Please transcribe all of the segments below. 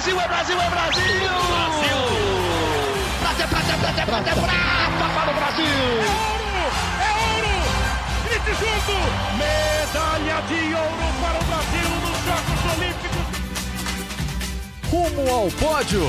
Brasil, é Brasil, é Brasil! Brasil! Prata, prata, prata, prata, prata para o Brasil! É ouro! Grite junto! Medalha de ouro para o Brasil nos Jogos Olímpicos! Rumo ao pódio!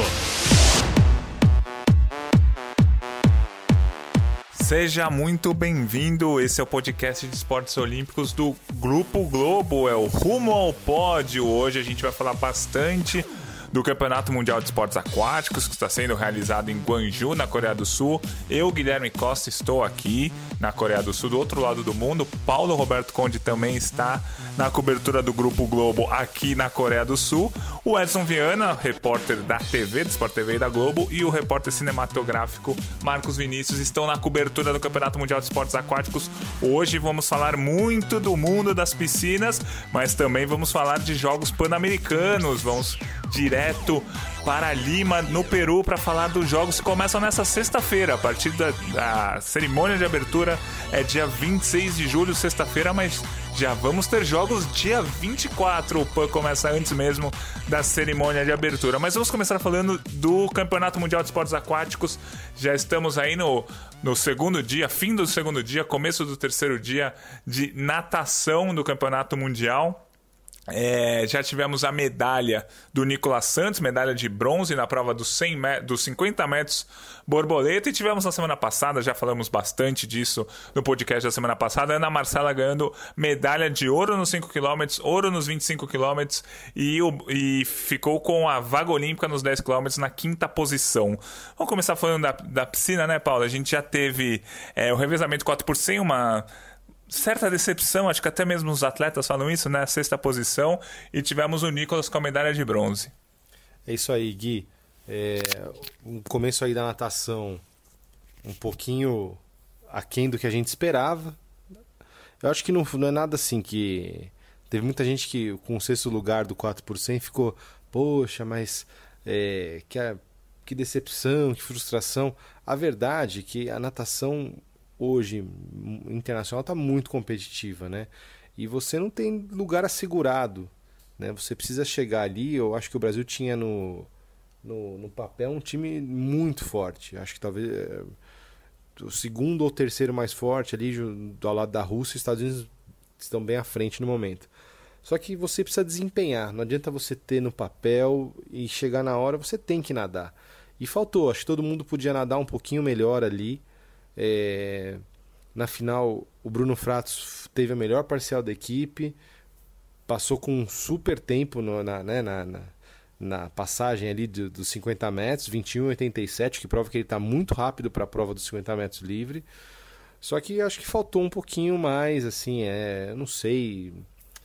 Seja muito bem-vindo, esse é o podcast de esportes olímpicos do Grupo Globo, é o Rumo ao Pódio. Hoje a gente vai falar bastante do Campeonato Mundial de Esportes Aquáticos, que está sendo realizado em Gwangju, na Coreia do Sul. Eu, Guilherme Costa, estou aqui na Coreia do Sul, do outro lado do mundo. Paulo Roberto Conde também está na cobertura do Grupo Globo aqui na Coreia do Sul. O Edson Viana, repórter da TV, do Sport TV e da Globo, e o repórter cinematográfico Marcos Vinícius estão na cobertura do Campeonato Mundial de Esportes Aquáticos. Hoje vamos falar muito do mundo das piscinas, mas também vamos falar de Jogos Pan-Americanos. Vamos direto para Lima, no Peru, para falar dos jogos que começam nessa sexta-feira. A partir da cerimônia de abertura é dia 26 de julho, sexta-feira, mas já vamos ter jogos dia 24. O PAN começa antes mesmo da cerimônia de abertura. Mas vamos começar falando do Campeonato Mundial de Esportes Aquáticos. Já estamos aí no segundo dia, fim do segundo dia, começo do terceiro dia de natação do Campeonato Mundial. Já tivemos a medalha do Nicolas Santos, medalha de bronze na prova dos 50 metros borboleta, e tivemos na semana passada, já falamos bastante disso no podcast da semana passada, Ana Marcela ganhando medalha de ouro nos 5 km, ouro nos 25 km e ficou com a vaga olímpica nos 10 km na 5ª posição. Vamos começar falando da piscina, né, Paula? A gente já teve o revezamento 4x100, uma certa decepção, acho que até mesmo os atletas falam isso, né? 6ª posição, e tivemos o Nicolas com a medalha de bronze. É isso aí, Gui. Um começo aí da natação um pouquinho aquém do que a gente esperava. Eu acho que não é nada assim que... Teve muita gente que com o 6º lugar do 4% ficou, poxa, mas que decepção, que frustração. A verdade é que a natação hoje internacional está muito competitiva, né? E você não tem lugar assegurado, né? Você precisa chegar ali. Eu acho que o Brasil tinha no papel um time muito forte. Acho que talvez o segundo ou terceiro mais forte ali do lado da Rússia. Os Estados Unidos estão bem à frente no momento. Só que você precisa desempenhar. Não adianta você ter no papel e chegar na hora, você tem que nadar. E faltou. Acho que todo mundo podia nadar um pouquinho melhor ali. Na final o Bruno Fratos teve a melhor parcial da equipe, passou com um super tempo na passagem ali dos 50 metros, 21,87, que prova que ele está muito rápido para a prova dos 50 metros livre. Só que acho que faltou um pouquinho mais, assim, eu não sei,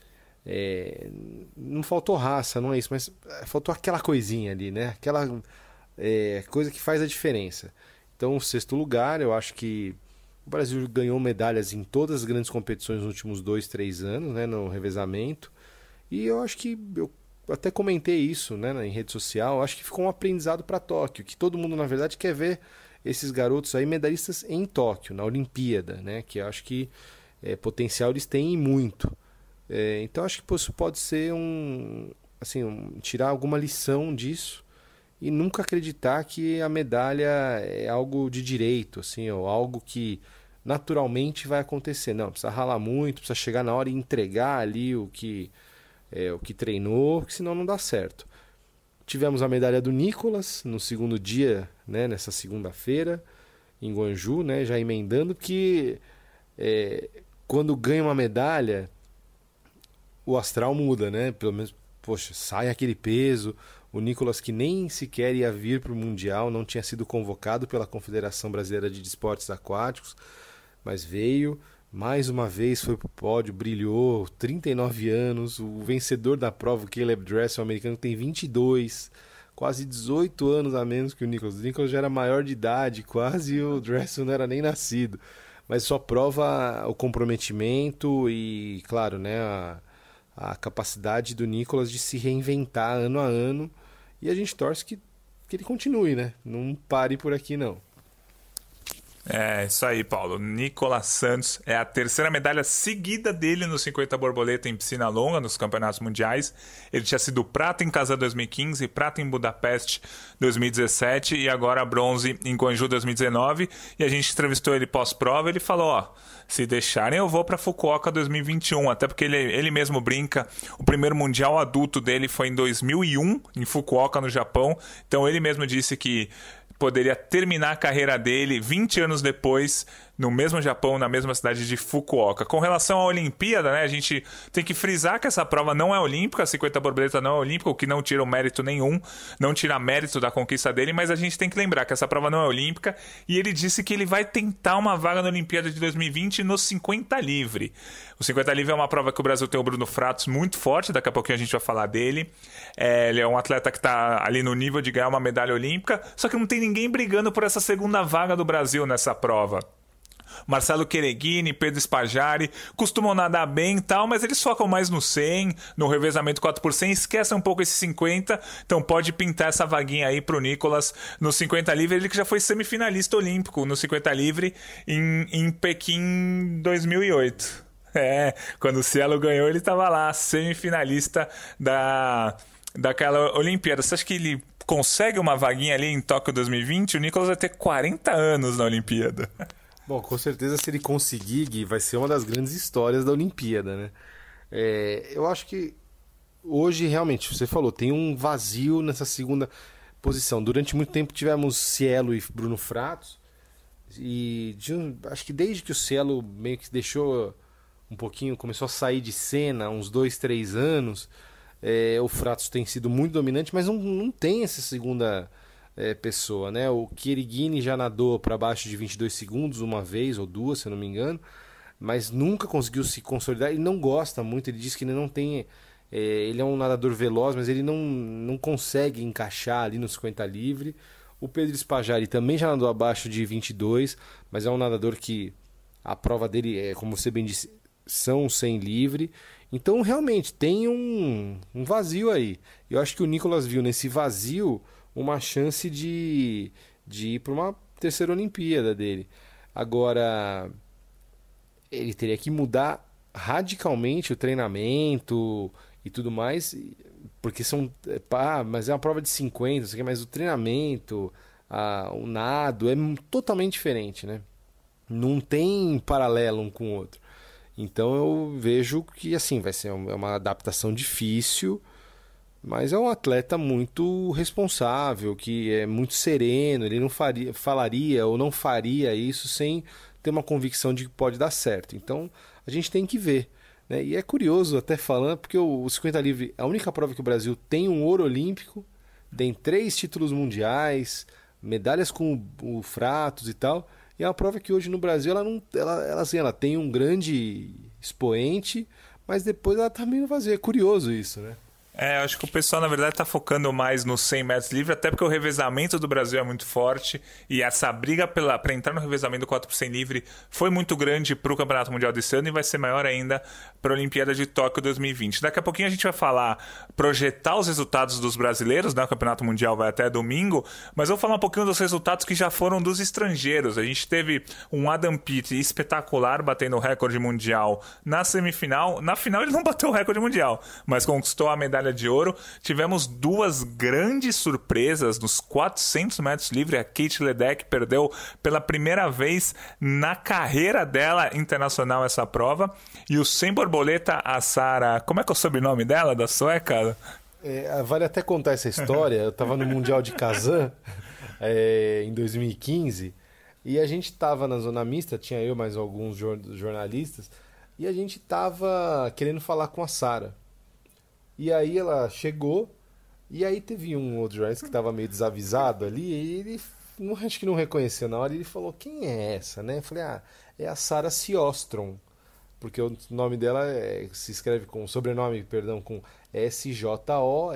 não faltou raça, não é isso, mas faltou aquela coisinha ali, né? Aquela coisa que faz a diferença. Então, o 6º lugar, eu acho que o Brasil ganhou medalhas em todas as grandes competições nos últimos 2-3 anos, né, no revezamento. E eu acho que, eu até comentei isso, né, em rede social, acho que ficou um aprendizado para Tóquio, que todo mundo, na verdade, quer ver esses garotos aí medalhistas em Tóquio, na Olimpíada, né, que eu acho que potencial eles têm muito. Então, acho que isso pode ser tirar alguma lição disso, e nunca acreditar que a medalha é algo de direito, assim, ou algo que naturalmente vai acontecer. Não, precisa ralar muito, precisa chegar na hora e entregar ali o que treinou, porque senão não dá certo. Tivemos a medalha do Nicolas no segundo dia, né, nessa segunda-feira, em Gwangju, né, já emendando, que quando ganha uma medalha, o astral muda, né? Pelo menos, poxa, sai aquele peso. O Nicolas, que nem sequer ia vir para o Mundial, não tinha sido convocado pela Confederação Brasileira de Esportes Aquáticos, mas veio, mais uma vez foi para o pódio, brilhou, 39 anos, o vencedor da prova, o Caleb Dressel, o americano, tem 22, quase 18 anos a menos que o Nicolas. O Nicolas já era maior de idade quase, e o Dressel não era nem nascido, mas só prova o comprometimento e, claro, né, a capacidade do Nicolas de se reinventar ano a ano, e a gente torce que ele continue, né? Não pare por aqui, não. É, isso aí, Paulo. Nicolas Santos é a terceira medalha seguida dele no 50 borboleta em piscina longa nos campeonatos mundiais. Ele tinha sido prata em Kazan 2015, prata em Budapeste 2017 e agora bronze em Gwangju 2019. E a gente entrevistou ele pós-prova, ele falou, ó, se deixarem eu vou para Fukuoka 2021, até porque ele mesmo brinca, o primeiro mundial adulto dele foi em 2001, em Fukuoka, no Japão. Então ele mesmo disse que poderia terminar a carreira dele 20 anos depois, no mesmo Japão, na mesma cidade de Fukuoka. Com relação à Olimpíada, né, a gente tem que frisar que essa prova não é olímpica, a 50 borboleta não é olímpica, o que não tira o mérito nenhum, não tira mérito da conquista dele, mas a gente tem que lembrar que essa prova não é olímpica, e ele disse que ele vai tentar uma vaga na Olimpíada de 2020 no 50 livre. O 50 livre é uma prova que o Brasil tem o Bruno Fratos muito forte, daqui a pouquinho a gente vai falar dele. Ele é um atleta que está ali no nível de ganhar uma medalha olímpica, só que não tem ninguém brigando por essa segunda vaga do Brasil nessa prova. Marcelo Quereghini, Pedro Spajari costumam nadar bem e tal, mas eles focam mais no 100, no revezamento 4x100, esquecem um pouco esse 50, então pode pintar essa vaguinha aí pro Nicolas no 50 livre, ele que já foi semifinalista olímpico no 50 livre em Pequim 2008. Quando o Cielo ganhou, ele estava lá, semifinalista daquela Olimpíada. Você acha que ele consegue uma vaguinha ali em Tóquio 2020? O Nicolas vai ter 40 anos na Olimpíada. Bom, com certeza se ele conseguir, Gui, vai ser uma das grandes histórias da Olimpíada, né? Eu acho que hoje, realmente, você falou, tem um vazio nessa segunda posição. Durante muito tempo tivemos Cielo e Bruno Fratos, e acho que desde que o Cielo meio que deixou um pouquinho, começou a sair de cena, uns 2, 3 anos, o Fratos tem sido muito dominante, mas não tem essa segunda pessoa, né? O Quereghini já nadou para baixo de 22 segundos uma vez ou duas, se eu não me engano, mas nunca conseguiu se consolidar. Ele não gosta muito, ele diz que ele não tem... ele é um nadador veloz, mas ele não consegue encaixar ali no 50 livre. O Pedro Spajari também já nadou abaixo de 22, mas é um nadador que a prova dele, como você bem disse, são 100 livre. Então realmente tem um vazio aí. Eu acho que o Nicolas viu nesse vazio uma chance de ir para uma terceira Olimpíada dele. Agora, ele teria que mudar radicalmente o treinamento e tudo mais, porque mas é uma prova de 50, mas o treinamento, o nado é totalmente diferente, né? Não tem paralelo um com o outro. Então eu vejo que assim vai ser uma adaptação difícil, mas é um atleta muito responsável, que é muito sereno, ele não falaria ou não faria isso sem ter uma convicção de que pode dar certo. Então a gente tem que ver, né? E é curioso até falando, porque o 50 livre é a única prova que o Brasil tem um ouro olímpico, tem 3 títulos mundiais, medalhas com o Fratos e tal, e é uma prova que hoje no Brasil ela tem um grande expoente, mas depois ela tá meio vazia. É curioso isso, né? Eu acho que o pessoal, na verdade, está focando mais nos 100 metros livre, até porque o revezamento do Brasil é muito forte e essa briga para entrar no revezamento do 4x100 livre foi muito grande para o Campeonato Mundial desse ano e vai ser maior ainda para a Olimpíada de Tóquio 2020. Daqui a pouquinho a gente vai projetar os resultados dos brasileiros, né? O Campeonato Mundial vai até domingo, mas eu vou falar um pouquinho dos resultados que já foram dos estrangeiros. A gente teve um Adam Peaty espetacular, batendo o recorde mundial na semifinal. Na final ele não bateu o recorde mundial, mas conquistou a medalha de ouro. Tivemos 2 grandes surpresas nos 400 metros livre. A Kate Ledeck perdeu pela primeira vez na carreira dela internacional essa prova. E o 100 borboleta, a Sara... Como é que é o sobrenome dela, da sueca? Vale até contar essa história. Eu estava no Mundial de Kazan em 2015 e a gente estava na zona mista, tinha eu mais alguns jornalistas, e a gente estava querendo falar com a Sara. E aí ela chegou, e aí teve um outro jornalista que estava meio desavisado ali, e ele acho que não reconheceu na hora, e ele falou, quem é essa, né? Eu falei, é a Sara Sjostrom, porque o nome dela se escreve com, sobrenome, perdão, com Sjostrom.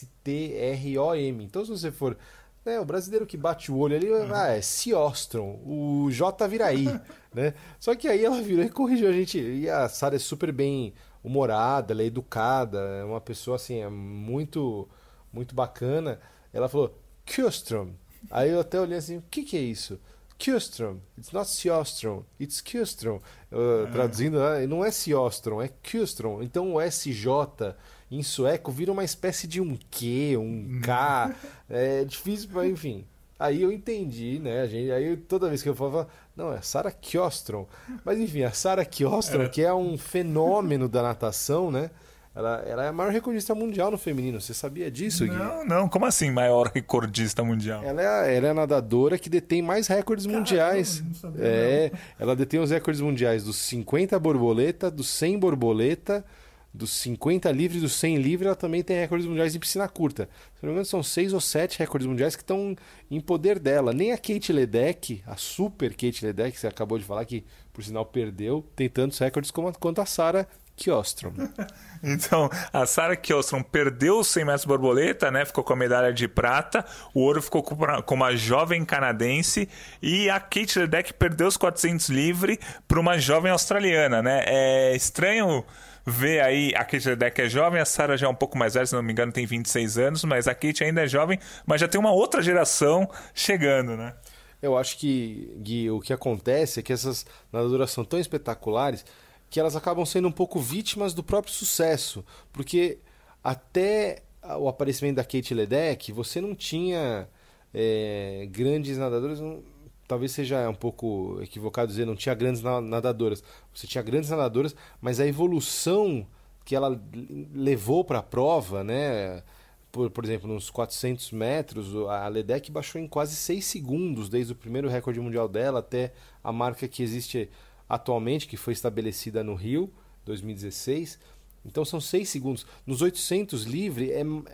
Então se você for, o brasileiro que bate o olho ali, é Sjostrom, o J vira I, né? Só que aí ela virou e corrigiu a gente, e a Sara é super bem humorada, ela é educada, é uma pessoa assim, muito, muito bacana. Ela falou, Sjostrom. Aí eu até olhei assim, o que é isso? Kjostrom. It's not Sjostrom, it's Kjostrom. Traduzindo, não é Sjostrom, é Kjostrom. Então o SJ em sueco vira uma espécie de um Q, um K. É difícil, mas enfim. Aí eu entendi, né? Aí toda vez que eu falava, não, é Sarah Kjostrom. Mas enfim, a Sarah Kjostrom, que é um fenômeno da natação, né? Ela é a maior recordista mundial no feminino. Você sabia disso, Gui? Não. Como assim maior recordista mundial? Ela é a nadadora que detém mais recordes mundiais. Não sabia, não. Ela detém os recordes mundiais dos 50 borboleta, dos 100 borboleta, dos 50 livre, dos 100 livre. Ela também tem recordes mundiais em piscina curta. Se não me engano, são 6 ou 7 recordes mundiais que estão em poder dela. Nem a Kate Ledeck, a super Kate Ledeck, que você acabou de falar, que por sinal perdeu, tem tantos recordes quanto a Sarah Kjostrom. Então, a Sarah Kjostrom perdeu os 100 metros borboleta, né? Ficou com a medalha de prata. O ouro ficou com uma jovem canadense. E a Kate Ledeck perdeu os 400 livre para uma jovem australiana, né? É estranho ver aí, a Kate Ledeck é jovem, a Sarah já é um pouco mais velha, se não me engano tem 26 anos, mas a Kate ainda é jovem, mas já tem uma outra geração chegando, né? Eu acho que, Gui, o que acontece é que essas nadadoras são tão espetaculares que elas acabam sendo um pouco vítimas do próprio sucesso, porque até o aparecimento da Kate Ledeck, você não tinha grandes nadadoras, talvez seja um pouco equivocado dizer, não tinha grandes nadadoras, você tinha grandes nadadoras, mas a evolução que ela levou para a prova, né? Por exemplo, nos 400 metros, a Ledeck baixou em quase 6 segundos, desde o primeiro recorde mundial dela até a marca que existe atualmente, que foi estabelecida no Rio, 2016. Então são 6 segundos. Nos 800 livre,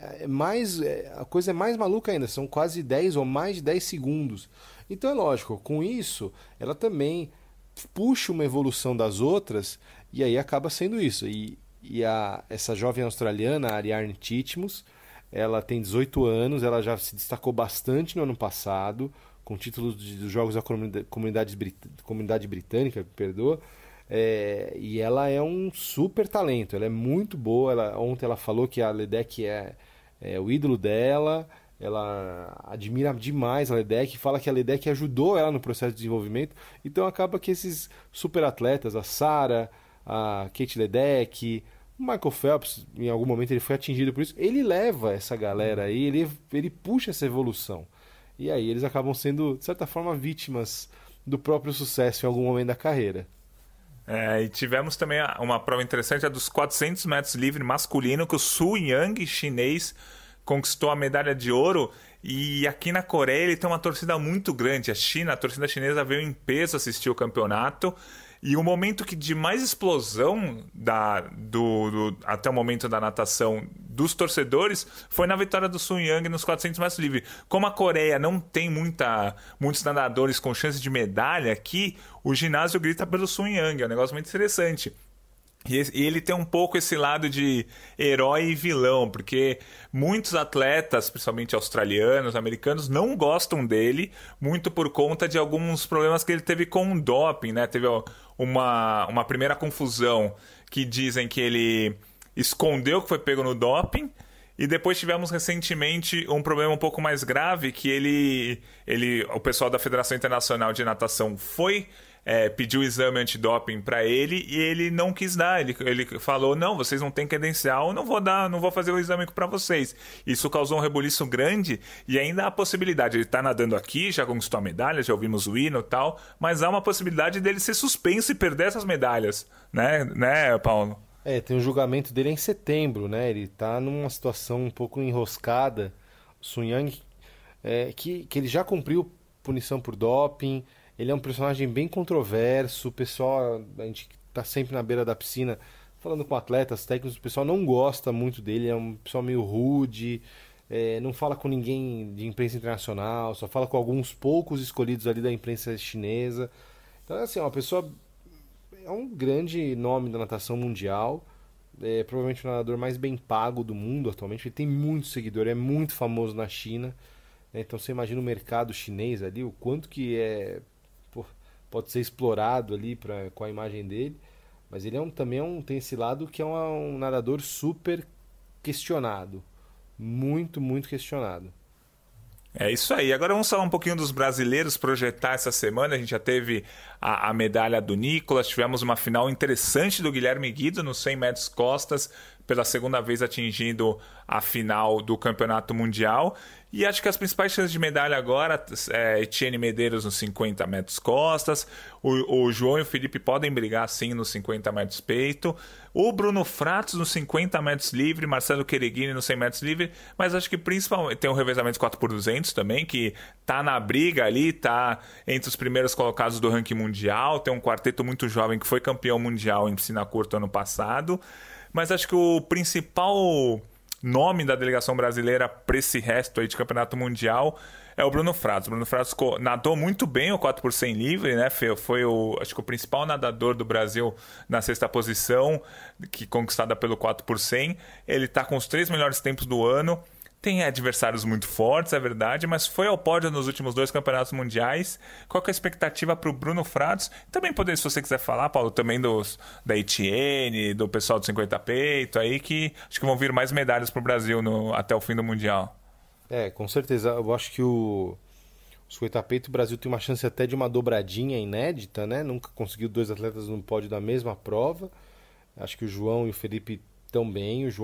a coisa é mais maluca ainda, são quase 10 ou mais de 10 segundos. Então é lógico, com isso, ela também puxa uma evolução das outras, e aí acaba sendo isso. Essa jovem australiana, a Ariarne Titmus, ela tem 18 anos, ela já se destacou bastante no ano passado, com títulos dos Jogos da Comunidade Britânica, perdoa. E ela é um super talento, ela é muito boa. Ontem ela falou que a Ledeck é o ídolo dela, ela admira demais a Ledeck, fala que a Ledeck ajudou ela no processo de desenvolvimento. Então acaba que esses super atletas, a Sarah, a Kate Ledeck, o Michael Phelps, em algum momento ele foi atingido por isso, ele leva essa galera aí, ele puxa essa evolução. E aí eles acabam sendo, de certa forma, vítimas do próprio sucesso em algum momento da carreira. E tivemos também uma prova interessante, a dos 400 metros livre masculino, que o Su Yang, chinês, conquistou a medalha de ouro. E aqui na Coreia ele tem uma torcida muito grande. A torcida chinesa veio em peso assistir o campeonato. E o momento de mais explosão até o momento da natação dos torcedores foi na vitória do Su Yang nos 400 metros livre. Como a Coreia não tem muitos nadadores com chance de medalha aqui, o ginásio grita pelo Su Yang. É um negócio muito interessante. E ele tem um pouco esse lado de herói e vilão, porque muitos atletas, principalmente australianos, americanos, não gostam dele, muito por conta de alguns problemas que ele teve com o doping, né? Teve uma primeira confusão que dizem que ele escondeu que foi pego no doping, e depois tivemos recentemente um problema um pouco mais grave, que o pessoal da Federação Internacional de Natação pediu o exame antidoping para ele e ele não quis dar. Ele falou, não, vocês não têm credencial, não vou fazer o exame para vocês. Isso causou um rebuliço grande, e ainda há a possibilidade, ele está nadando aqui, já conquistou a medalha, já ouvimos o hino e tal, mas há uma possibilidade dele ser suspenso e perder essas medalhas, né, Paulo? Tem o julgamento dele em setembro, né? Ele está numa situação um pouco enroscada. O Sun Yang, que ele já cumpriu punição por doping. Ele é um personagem bem controverso. O pessoal, a gente está sempre na beira da piscina falando com atletas, técnicos, o pessoal não gosta muito dele. É um pessoal meio rude, não fala com ninguém de imprensa internacional, só fala com alguns poucos escolhidos ali da imprensa chinesa. Então, assim, uma pessoa... É um grande nome da natação mundial, provavelmente o nadador mais bem pago do mundo atualmente. Ele tem muito seguidor, é muito famoso na China, né? Então você imagina o mercado chinês ali, o quanto que pode ser explorado ali com a imagem dele. Mas ele também tem esse lado que é um nadador super questionado, muito, muito questionado. É isso aí. Agora vamos falar um pouquinho dos brasileiros, projetar essa semana. A gente já teve a medalha do Nicolas, tivemos uma final interessante do Guilherme Guido nos 100 metros costas, pela segunda vez atingindo a final do Campeonato Mundial. E acho que as principais chances de medalha agora é Etienne Medeiros nos 50 metros costas, o João e o Felipe podem brigar sim nos 50 metros peito, o Bruno Fratos nos 50 metros livre, Marcelo Quereghini nos 100 metros livre, mas acho que principalmente tem o revezamento 4x200 também, que tá na briga ali, tá entre os primeiros colocados do ranking mundial, tem um quarteto muito jovem que foi campeão mundial em piscina curta ano passado, mas acho que o principal nome da delegação brasileira para esse resto aí de campeonato mundial é o Bruno Fratos. O Bruno Fratos nadou muito bem o 4x100 livre, né? Foi acho que o principal nadador do Brasil na sexta posição, que conquistada pelo 4x100. Ele está com os 3 melhores tempos do ano. Tem adversários muito fortes, é verdade, mas foi ao pódio nos últimos 2 campeonatos mundiais. Qual que é a expectativa para o Bruno Fratos? Também poder, se você quiser falar, Paulo, também da Etienne, do pessoal do 50 peito, aí que acho que vão vir mais medalhas para o Brasil até o fim do Mundial. Com certeza. Eu acho que o 50 peito, o Brasil tem uma chance até de uma dobradinha inédita, né? Nunca conseguiu 2 atletas no pódio da mesma prova. Acho que o João e o Felipe também. O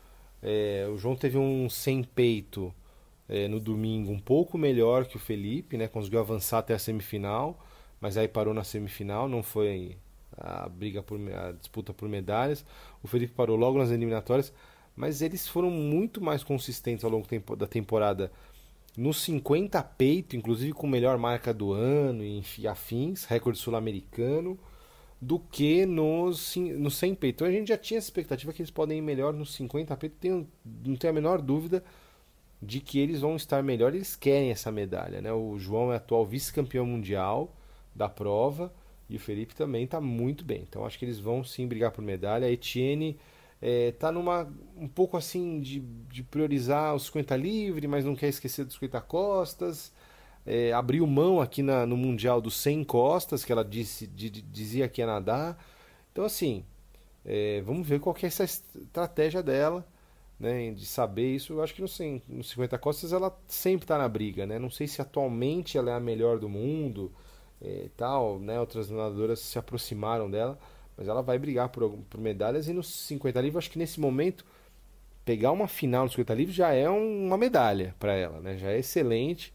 João teve um 100 peito no domingo um pouco melhor que o Felipe, né? Conseguiu avançar até a semifinal, mas aí parou na semifinal, não foi a disputa por medalhas. O Felipe parou logo nas eliminatórias, mas eles foram muito mais consistentes ao longo da temporada no 50 peito, inclusive com melhor marca do ano e afins, recorde sul-americano, do que no 100 peito. Então a gente já tinha essa expectativa que eles podem ir melhor no 50 peito. Não tenho a menor dúvida de que eles vão estar melhor. Eles querem essa medalha, né? O João é atual vice-campeão mundial da prova e o Felipe também está muito bem. Então acho que eles vão sim brigar por medalha. A Etienne está um pouco assim de priorizar os 50 livre, mas não quer esquecer dos 50 costas. Abriu mão aqui no Mundial dos 100 costas, que ela dizia que ia nadar. Então, assim, vamos ver qual que é essa estratégia dela, né, de saber isso. Eu acho que no 50 costas ela sempre está na briga, né? Não sei se atualmente ela é a melhor do mundo, tal, né? Outras nadadoras se aproximaram dela, mas ela vai brigar por medalhas. E no 50 livre, acho que nesse momento, pegar uma final no 50 livre já é uma medalha para ela, né? Já é excelente.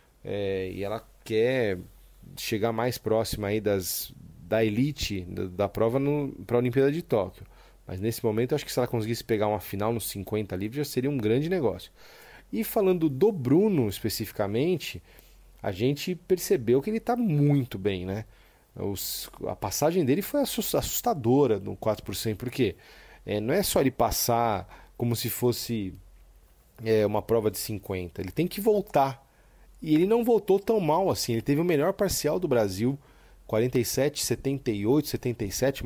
E ela quer chegar mais próxima aí da elite da prova para a Olimpíada de Tóquio. Mas nesse momento, acho que se ela conseguisse pegar uma final nos 50 livre, já seria um grande negócio. E falando do Bruno especificamente, a gente percebeu que ele está muito bem, né? A passagem dele foi assustadora no 4%, porque não é só ele passar como se fosse uma prova de 50, ele tem que voltar. E ele não voltou tão mal assim. Ele teve o melhor parcial do Brasil, 47, 78, 77,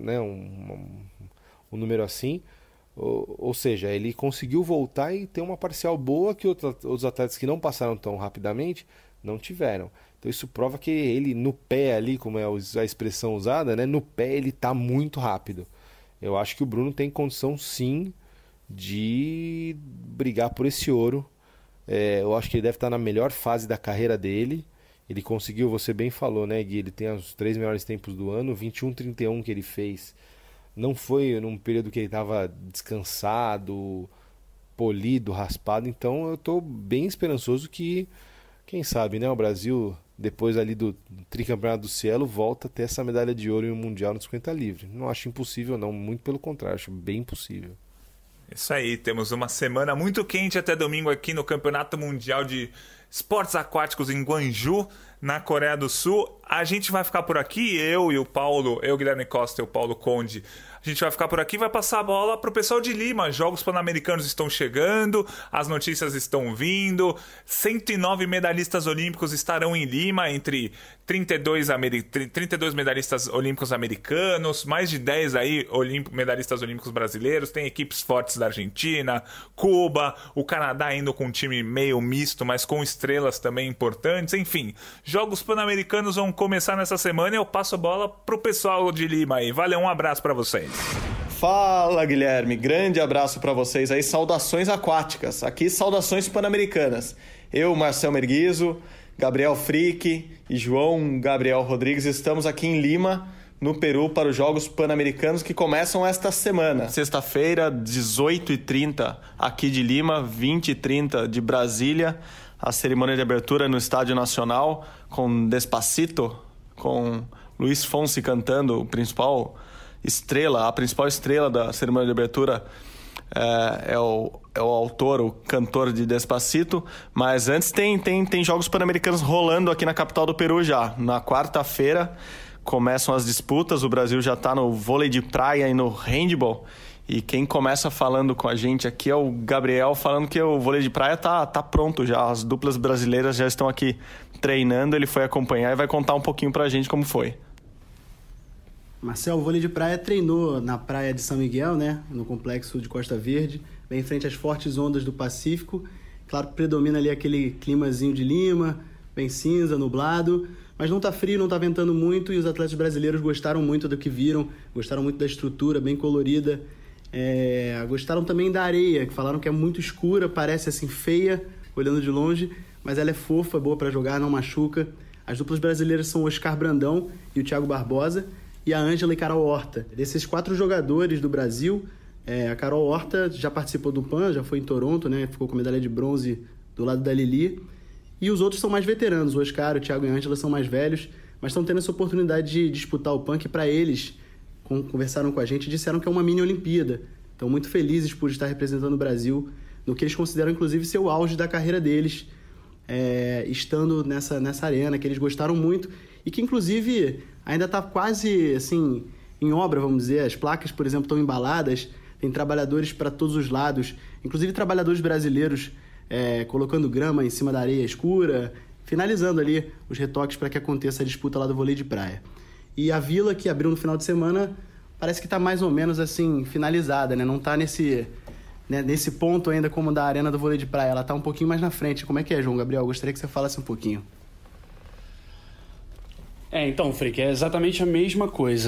um número assim. Ou seja, ele conseguiu voltar e ter uma parcial boa que outros atletas que não passaram tão rapidamente não tiveram. Então isso prova que ele no pé ali, como é a expressão usada, né? No pé ele está muito rápido. Eu acho que o Bruno tem condição sim de brigar por esse ouro. Eu acho que ele deve estar na melhor fase da carreira dele. Ele conseguiu, você bem falou, né, Gui? Ele tem os 3 melhores tempos do ano. 21,31 que ele fez não foi num período que ele estava descansado, polido, raspado. Então eu estou bem esperançoso que, quem sabe, né, o Brasil, depois ali do tricampeonato do Cielo, volta a ter essa medalha de ouro em um Mundial no 50 livre. Não acho impossível não, muito pelo contrário, acho bem possível. Isso aí, temos uma semana muito quente até domingo aqui no Campeonato Mundial de Esportes Aquáticos em Gwangju, na Coreia do Sul. A gente vai ficar por aqui, eu, Guilherme Costa e o Paulo Conde. A gente vai ficar por aqui e vai passar a bola para o pessoal de Lima. Jogos Pan-Americanos estão chegando, as notícias estão vindo. 109 medalhistas olímpicos estarão em Lima, entre 32 medalhistas olímpicos americanos, mais de 10 aí medalhistas olímpicos brasileiros. Tem equipes fortes da Argentina, Cuba, o Canadá indo com um time meio misto, mas com estrelas também importantes. Enfim, Jogos Pan-Americanos vão começar nessa semana e eu passo a bola pro pessoal de Lima aí. Valeu, um abraço para vocês. Fala, Guilherme, grande abraço para vocês aí, saudações aquáticas, aqui saudações pan-americanas. Eu, Marcel Merguizo, Gabriel Frick e João Gabriel Rodrigues estamos aqui em Lima, no Peru, para os Jogos Pan-Americanos que começam esta semana. Sexta-feira, 18h30 aqui de Lima, 20h30 de Brasília, a cerimônia de abertura no Estádio Nacional com Despacito, com Luiz Fonsi cantando, a principal estrela da cerimônia de abertura é o autor, o cantor de Despacito. Mas antes tem Jogos Pan-Americanos rolando aqui na capital do Peru já. Na quarta-feira começam as disputas, o Brasil já está no vôlei de praia e no handball. E quem começa falando com a gente aqui é o Gabriel, falando que o vôlei de praia tá pronto já. As duplas brasileiras já estão aqui treinando, ele foi acompanhar e vai contar um pouquinho pra gente como foi. Marcel, o vôlei de praia treinou na praia de São Miguel, né? No complexo de Costa Verde, bem em frente às fortes ondas do Pacífico. Claro que predomina ali aquele climazinho de Lima, bem cinza, nublado, mas não tá frio, não tá ventando muito e os atletas brasileiros gostaram muito do que viram, gostaram muito da estrutura, bem colorida. Gostaram também da areia, que falaram que é muito escura, parece assim feia, olhando de longe, mas ela é fofa, boa para jogar, não machuca. As duplas brasileiras são o Oscar Brandão e o Thiago Barbosa, e a Ângela e Carol Horta. Desses 4 jogadores do Brasil, a Carol Horta já participou do PAN, já foi em Toronto, né? Ficou com medalha de bronze do lado da Lili. E os outros são mais veteranos, o Oscar, o Thiago e a Ângela são mais velhos, mas estão tendo essa oportunidade de disputar o PAN, que para eles, conversaram com a gente e disseram que é uma mini Olimpíada. Estão muito felizes por estar representando o Brasil no que eles consideram, inclusive, ser o auge da carreira deles, estando nessa arena, que eles gostaram muito e que, inclusive, ainda está quase, assim, em obra, vamos dizer. As placas, por exemplo, estão embaladas, tem trabalhadores para todos os lados, inclusive trabalhadores brasileiros colocando grama em cima da areia escura, finalizando ali os retoques para que aconteça a disputa lá do vôlei de praia. E a Vila, que abriu no final de semana, parece que está mais ou menos assim, finalizada, né? Não está nesse ponto ainda como da arena do vôlei de praia, ela está um pouquinho mais na frente. Como é que é, João Gabriel? Eu gostaria que você falasse um pouquinho. Então, Frick, é exatamente a mesma coisa.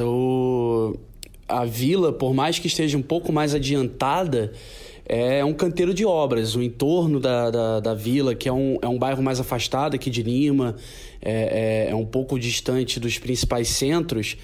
A Vila, por mais que esteja um pouco mais adiantada, é um canteiro de obras. O entorno da Vila, que é um bairro mais afastado aqui de Lima, é um pouco distante dos principais centros,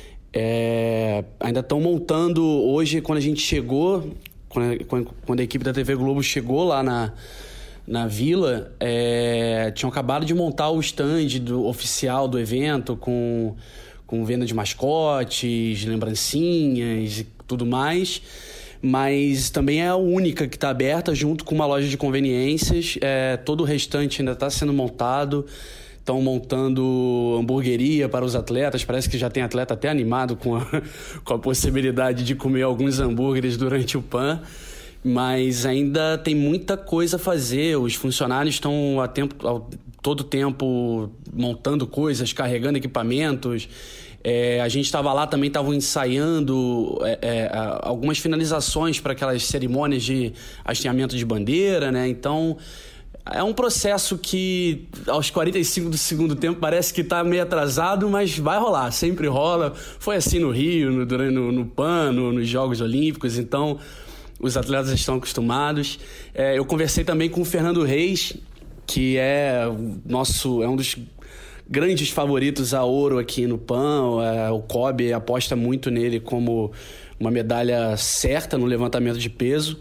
ainda estão montando. Hoje, quando a gente chegou, quando a equipe da TV Globo chegou lá na Vila, tinham acabado de montar o stand oficial do evento com venda de mascotes, lembrancinhas e tudo mais, mas também é a única que está aberta junto com uma loja de conveniências. Todo o restante ainda está sendo montado. Estão montando hamburgueria para os atletas. Parece que já tem atleta até animado com a possibilidade de comer alguns hambúrgueres durante o PAN. Mas ainda tem muita coisa a fazer. Os funcionários estão todo tempo montando coisas, carregando equipamentos. A gente estava lá também, estavam ensaiando algumas finalizações para aquelas cerimônias de hasteamento de bandeira, né? Então, é um processo que aos 45 do segundo tempo parece que está meio atrasado, mas vai rolar, sempre rola. Foi assim no Rio, no PAN, nos Jogos Olímpicos, então os atletas estão acostumados. Eu conversei também com o Fernando Reis, que é um dos grandes favoritos a ouro aqui no PAN. O COB aposta muito nele como uma medalha certa no levantamento de peso.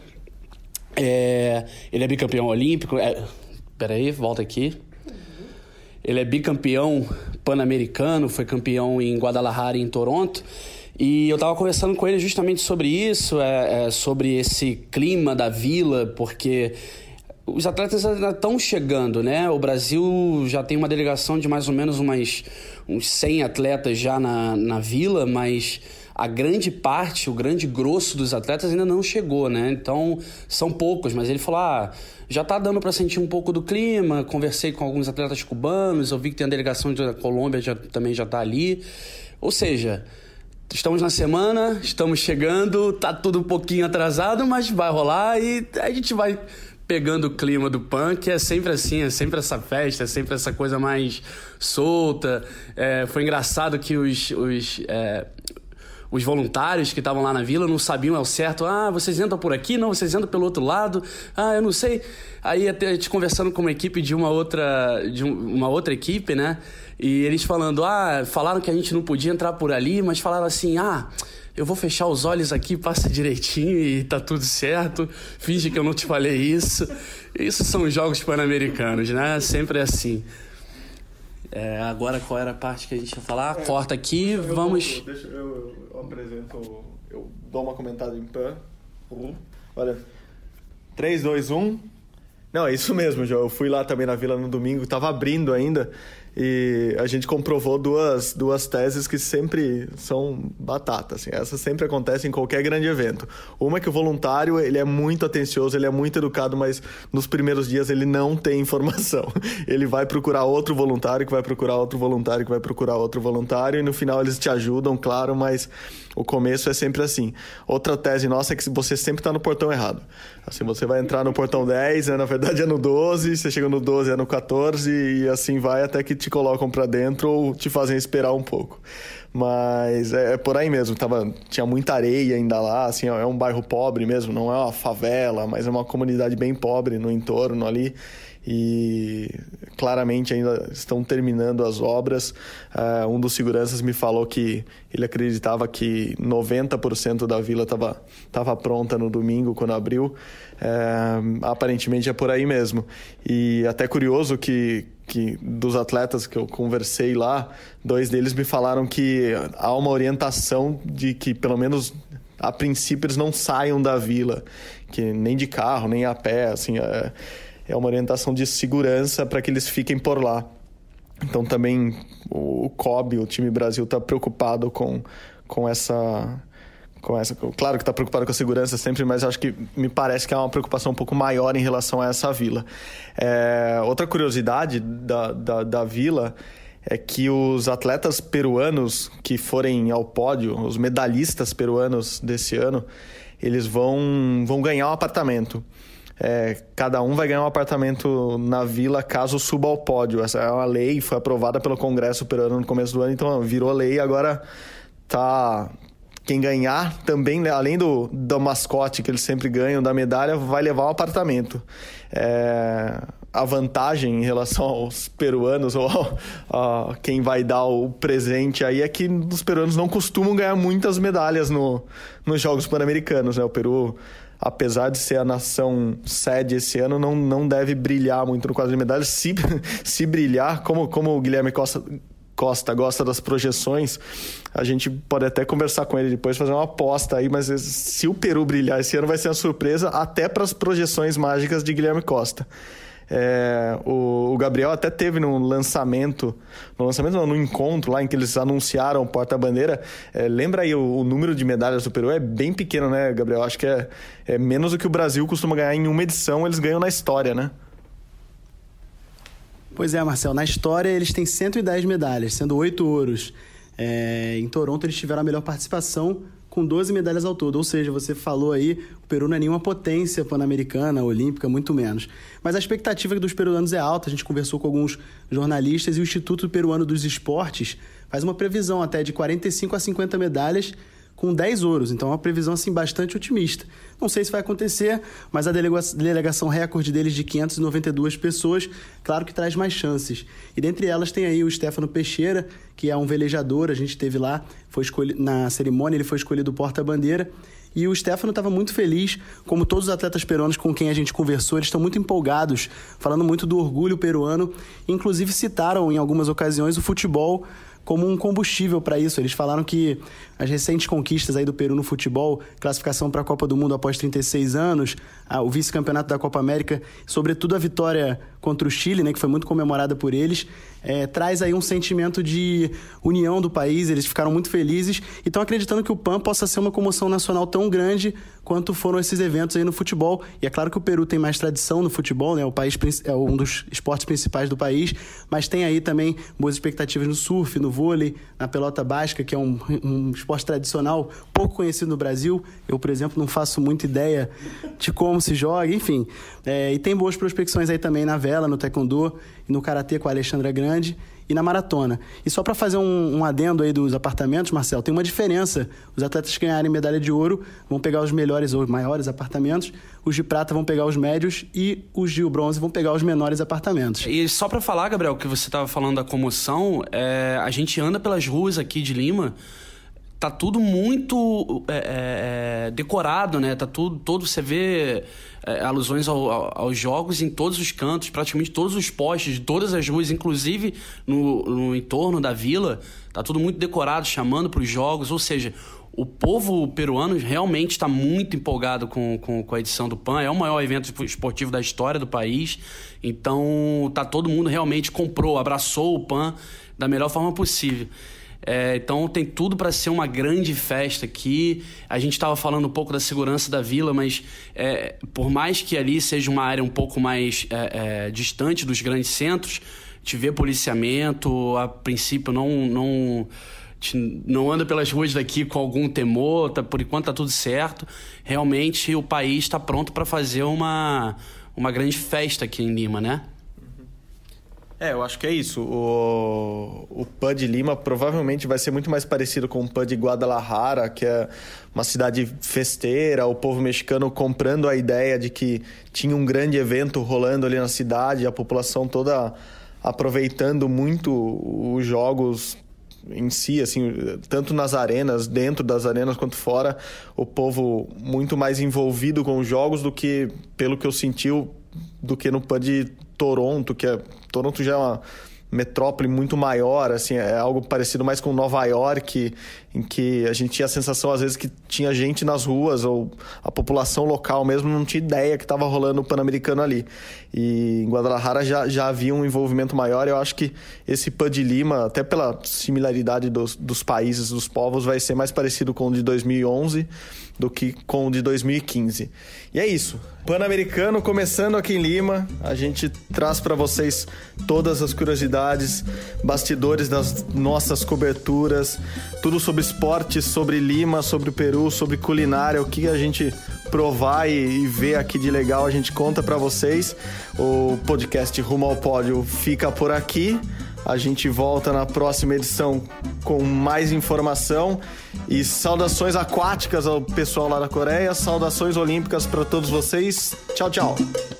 Ele é bicampeão olímpico. Peraí, volta aqui. Ele é bicampeão pan-americano, foi campeão em Guadalajara e em Toronto. E eu estava conversando com ele justamente sobre isso, sobre esse clima da Vila, porque os atletas ainda estão chegando, né? O Brasil já tem uma delegação de mais ou menos uns 100 atletas já na Vila, mas a grande parte, o grande grosso dos atletas ainda não chegou, né? Então, são poucos, mas ele falou, já tá dando para sentir um pouco do clima. Conversei com alguns atletas cubanos, eu vi que tem a delegação da Colômbia também já tá ali. Ou seja, estamos na semana, estamos chegando, tá tudo um pouquinho atrasado, mas vai rolar e a gente vai pegando o clima do PAN, que é sempre assim, é sempre essa festa, é sempre essa coisa mais solta. Foi engraçado que os voluntários que estavam lá na vila não sabiam ao certo. Vocês entram por aqui? Não, vocês entram pelo outro lado. Eu não sei. Aí até a gente conversando com uma equipe de uma outra equipe, né? E eles falando, falaram que a gente não podia entrar por ali, mas falaram assim, eu vou fechar os olhos aqui, passa direitinho e tá tudo certo. Finge que eu não te falei isso. Isso são jogos pan-americanos, né? Sempre é assim. Agora qual era a parte que a gente ia falar? Corta aqui, vamos... Eu apresento... Eu dou uma comentada em pan. Olha, 3, 2, 1... Não, é isso mesmo, João. Eu fui lá também na Vila no domingo, tava abrindo ainda, e a gente comprovou duas teses que sempre são batata, assim. Essas sempre acontecem em qualquer grande evento. Uma é que o voluntário, ele é muito atencioso, ele é muito educado, mas nos primeiros dias ele não tem informação. Ele vai procurar outro voluntário, que vai procurar outro voluntário, que vai procurar outro voluntário, e no final eles te ajudam, claro, mas o começo é sempre assim. Outra tese nossa é que você sempre está no portão errado. Assim, você vai entrar no portão 10, na verdade é no 12, você chega no 12 é no 14, e assim vai até que te colocam para dentro ou te fazem esperar um pouco. Mas é por aí mesmo, tinha muita areia ainda lá, assim, é um bairro pobre mesmo, não é uma favela, mas é uma comunidade bem pobre no entorno ali. E claramente ainda estão terminando as obras. Um dos seguranças me falou que ele acreditava que 90% da vila estava pronta no domingo, quando abriu. Aparentemente é por aí mesmo. E até curioso que dos atletas que eu conversei lá, 2 deles me falaram que há uma orientação de que, pelo menos a princípio, eles não saiam da vila, que nem de carro, nem a pé, assim... É uma orientação de segurança para que eles fiquem por lá. Então também o COB, o time Brasil, está preocupado com essa... Claro que está preocupado com a segurança sempre, mas acho que me parece que é uma preocupação um pouco maior em relação a essa vila. Outra curiosidade da vila é que os atletas peruanos que forem ao pódio, os medalhistas peruanos desse ano, eles vão ganhar um apartamento. Cada um vai ganhar um apartamento na vila caso suba ao pódio. Essa é uma lei, foi aprovada pelo Congresso peruano no começo do ano, então virou lei. Agora quem ganhar também, né, além do mascote que eles sempre ganham, da medalha, vai levar um apartamento. A vantagem em relação aos peruanos ou a quem vai dar o presente aí é que os peruanos não costumam ganhar muitas medalhas nos Jogos Pan-Americanos, né? O Peru, apesar de ser a nação sede esse ano, não deve brilhar muito no quadro de medalhas. Se brilhar, como o Guilherme Costa gosta das projeções, a gente pode até conversar com ele depois, fazer uma aposta aí, mas se o Peru brilhar esse ano vai ser uma surpresa até para as projeções mágicas de Guilherme Costa. O Gabriel até teve no encontro lá em que eles anunciaram o porta-bandeira. Lembra aí, o número de medalhas do Peru é bem pequeno, né, Gabriel? Acho que é menos do que o Brasil costuma ganhar em uma edição, eles ganham na história, né? Pois é, Marcel, na história eles têm 110 medalhas, sendo 8 ouros. Em Toronto eles tiveram a melhor participação, com 12 medalhas ao todo. Ou seja, você falou aí, o Peru não é nenhuma potência pan-americana, olímpica, muito menos. Mas a expectativa dos peruanos é alta. A gente conversou com alguns jornalistas e o Instituto Peruano dos Esportes faz uma previsão até de 45 a 50 medalhas com 10 ouros. Então é uma previsão assim, bastante otimista. Não sei se vai acontecer, mas a delegação recorde deles de 592 pessoas, claro que traz mais chances. E dentre elas tem aí o Stefano Peixeira, que é um velejador, a gente esteve lá, na cerimônia ele foi escolhido porta-bandeira. E o Stefano estava muito feliz, como todos os atletas peruanos com quem a gente conversou, eles estão muito empolgados, falando muito do orgulho peruano. Inclusive citaram em algumas ocasiões o futebol como um combustível para isso. Eles falaram que as recentes conquistas aí do Peru no futebol, classificação para a Copa do Mundo após 36 anos, o vice-campeonato da Copa América, sobretudo a vitória contra o Chile, né, que foi muito comemorada por eles, traz aí um sentimento de união do país. Eles ficaram muito felizes e estão acreditando que o PAN possa ser uma comoção nacional tão grande quanto foram esses eventos aí no futebol. E é claro que o Peru tem mais tradição no futebol, né? O país é um dos esportes principais do país, mas tem aí também boas expectativas no surf, no vôlei, na pelota basca, que é um esporte tradicional pouco conhecido no Brasil. Eu, por exemplo, não faço muita ideia de como se joga, enfim. E tem boas prospecções aí também na vela, no taekwondo e no karatê com a Alexandra Grande. e na maratona. E só para fazer um adendo aí dos apartamentos, Marcelo, tem uma diferença. Os atletas que ganharem medalha de ouro vão pegar os melhores ou maiores apartamentos, os de prata vão pegar os médios e os de bronze vão pegar os menores apartamentos. E só para falar, Gabriel, que você estava falando da comoção, a gente anda pelas ruas aqui de Lima, tá tudo muito decorado, né? Tá todo você vê alusões aos jogos em todos os cantos, praticamente todos os postes de todas as ruas, inclusive no entorno da vila, tá tudo muito decorado, chamando para os jogos, ou seja, o povo peruano realmente está muito empolgado com a edição do PAN. É o maior evento esportivo da história do país. Então, todo mundo realmente abraçou o PAN da melhor forma possível. Então tem tudo para ser uma grande festa aqui. A gente estava falando um pouco da segurança da vila, mas por mais que ali seja uma área um pouco mais distante dos grandes centros, te vê policiamento, a princípio não anda pelas ruas daqui com algum temor, por enquanto tá tudo certo. Realmente o país está pronto para fazer uma grande festa aqui em Lima, né? Eu acho que é isso. O PAN de Lima provavelmente vai ser muito mais parecido com o PAN de Guadalajara, que é uma cidade festeira, o povo mexicano comprando a ideia de que tinha um grande evento rolando ali na cidade, a população toda aproveitando muito os jogos em si, assim, tanto nas arenas, dentro das arenas quanto fora, o povo muito mais envolvido com os jogos do que, pelo que eu senti, do que no PAN de Toronto, Toronto já é uma metrópole muito maior, assim, é algo parecido mais com Nova York, em que a gente tinha a sensação às vezes que tinha gente nas ruas, ou a população local mesmo não tinha ideia que estava rolando o Pan-Americano ali. E em Guadalajara já havia um envolvimento maior. Eu acho que esse PAN de Lima, até pela similaridade dos países, dos povos, vai ser mais parecido com o de 2011 do que com o de 2015. E é isso. Pan-Americano começando aqui em Lima. A gente traz para vocês todas as curiosidades, bastidores das nossas coberturas, tudo sobre esporte, sobre Lima, sobre o Peru, sobre culinária, o que a gente provar e ver aqui de legal, a gente conta para vocês. O podcast Rumo ao Pódio fica por aqui. A gente volta na próxima edição com mais informação. E saudações aquáticas ao pessoal lá da Coreia, saudações olímpicas para todos vocês. Tchau, tchau.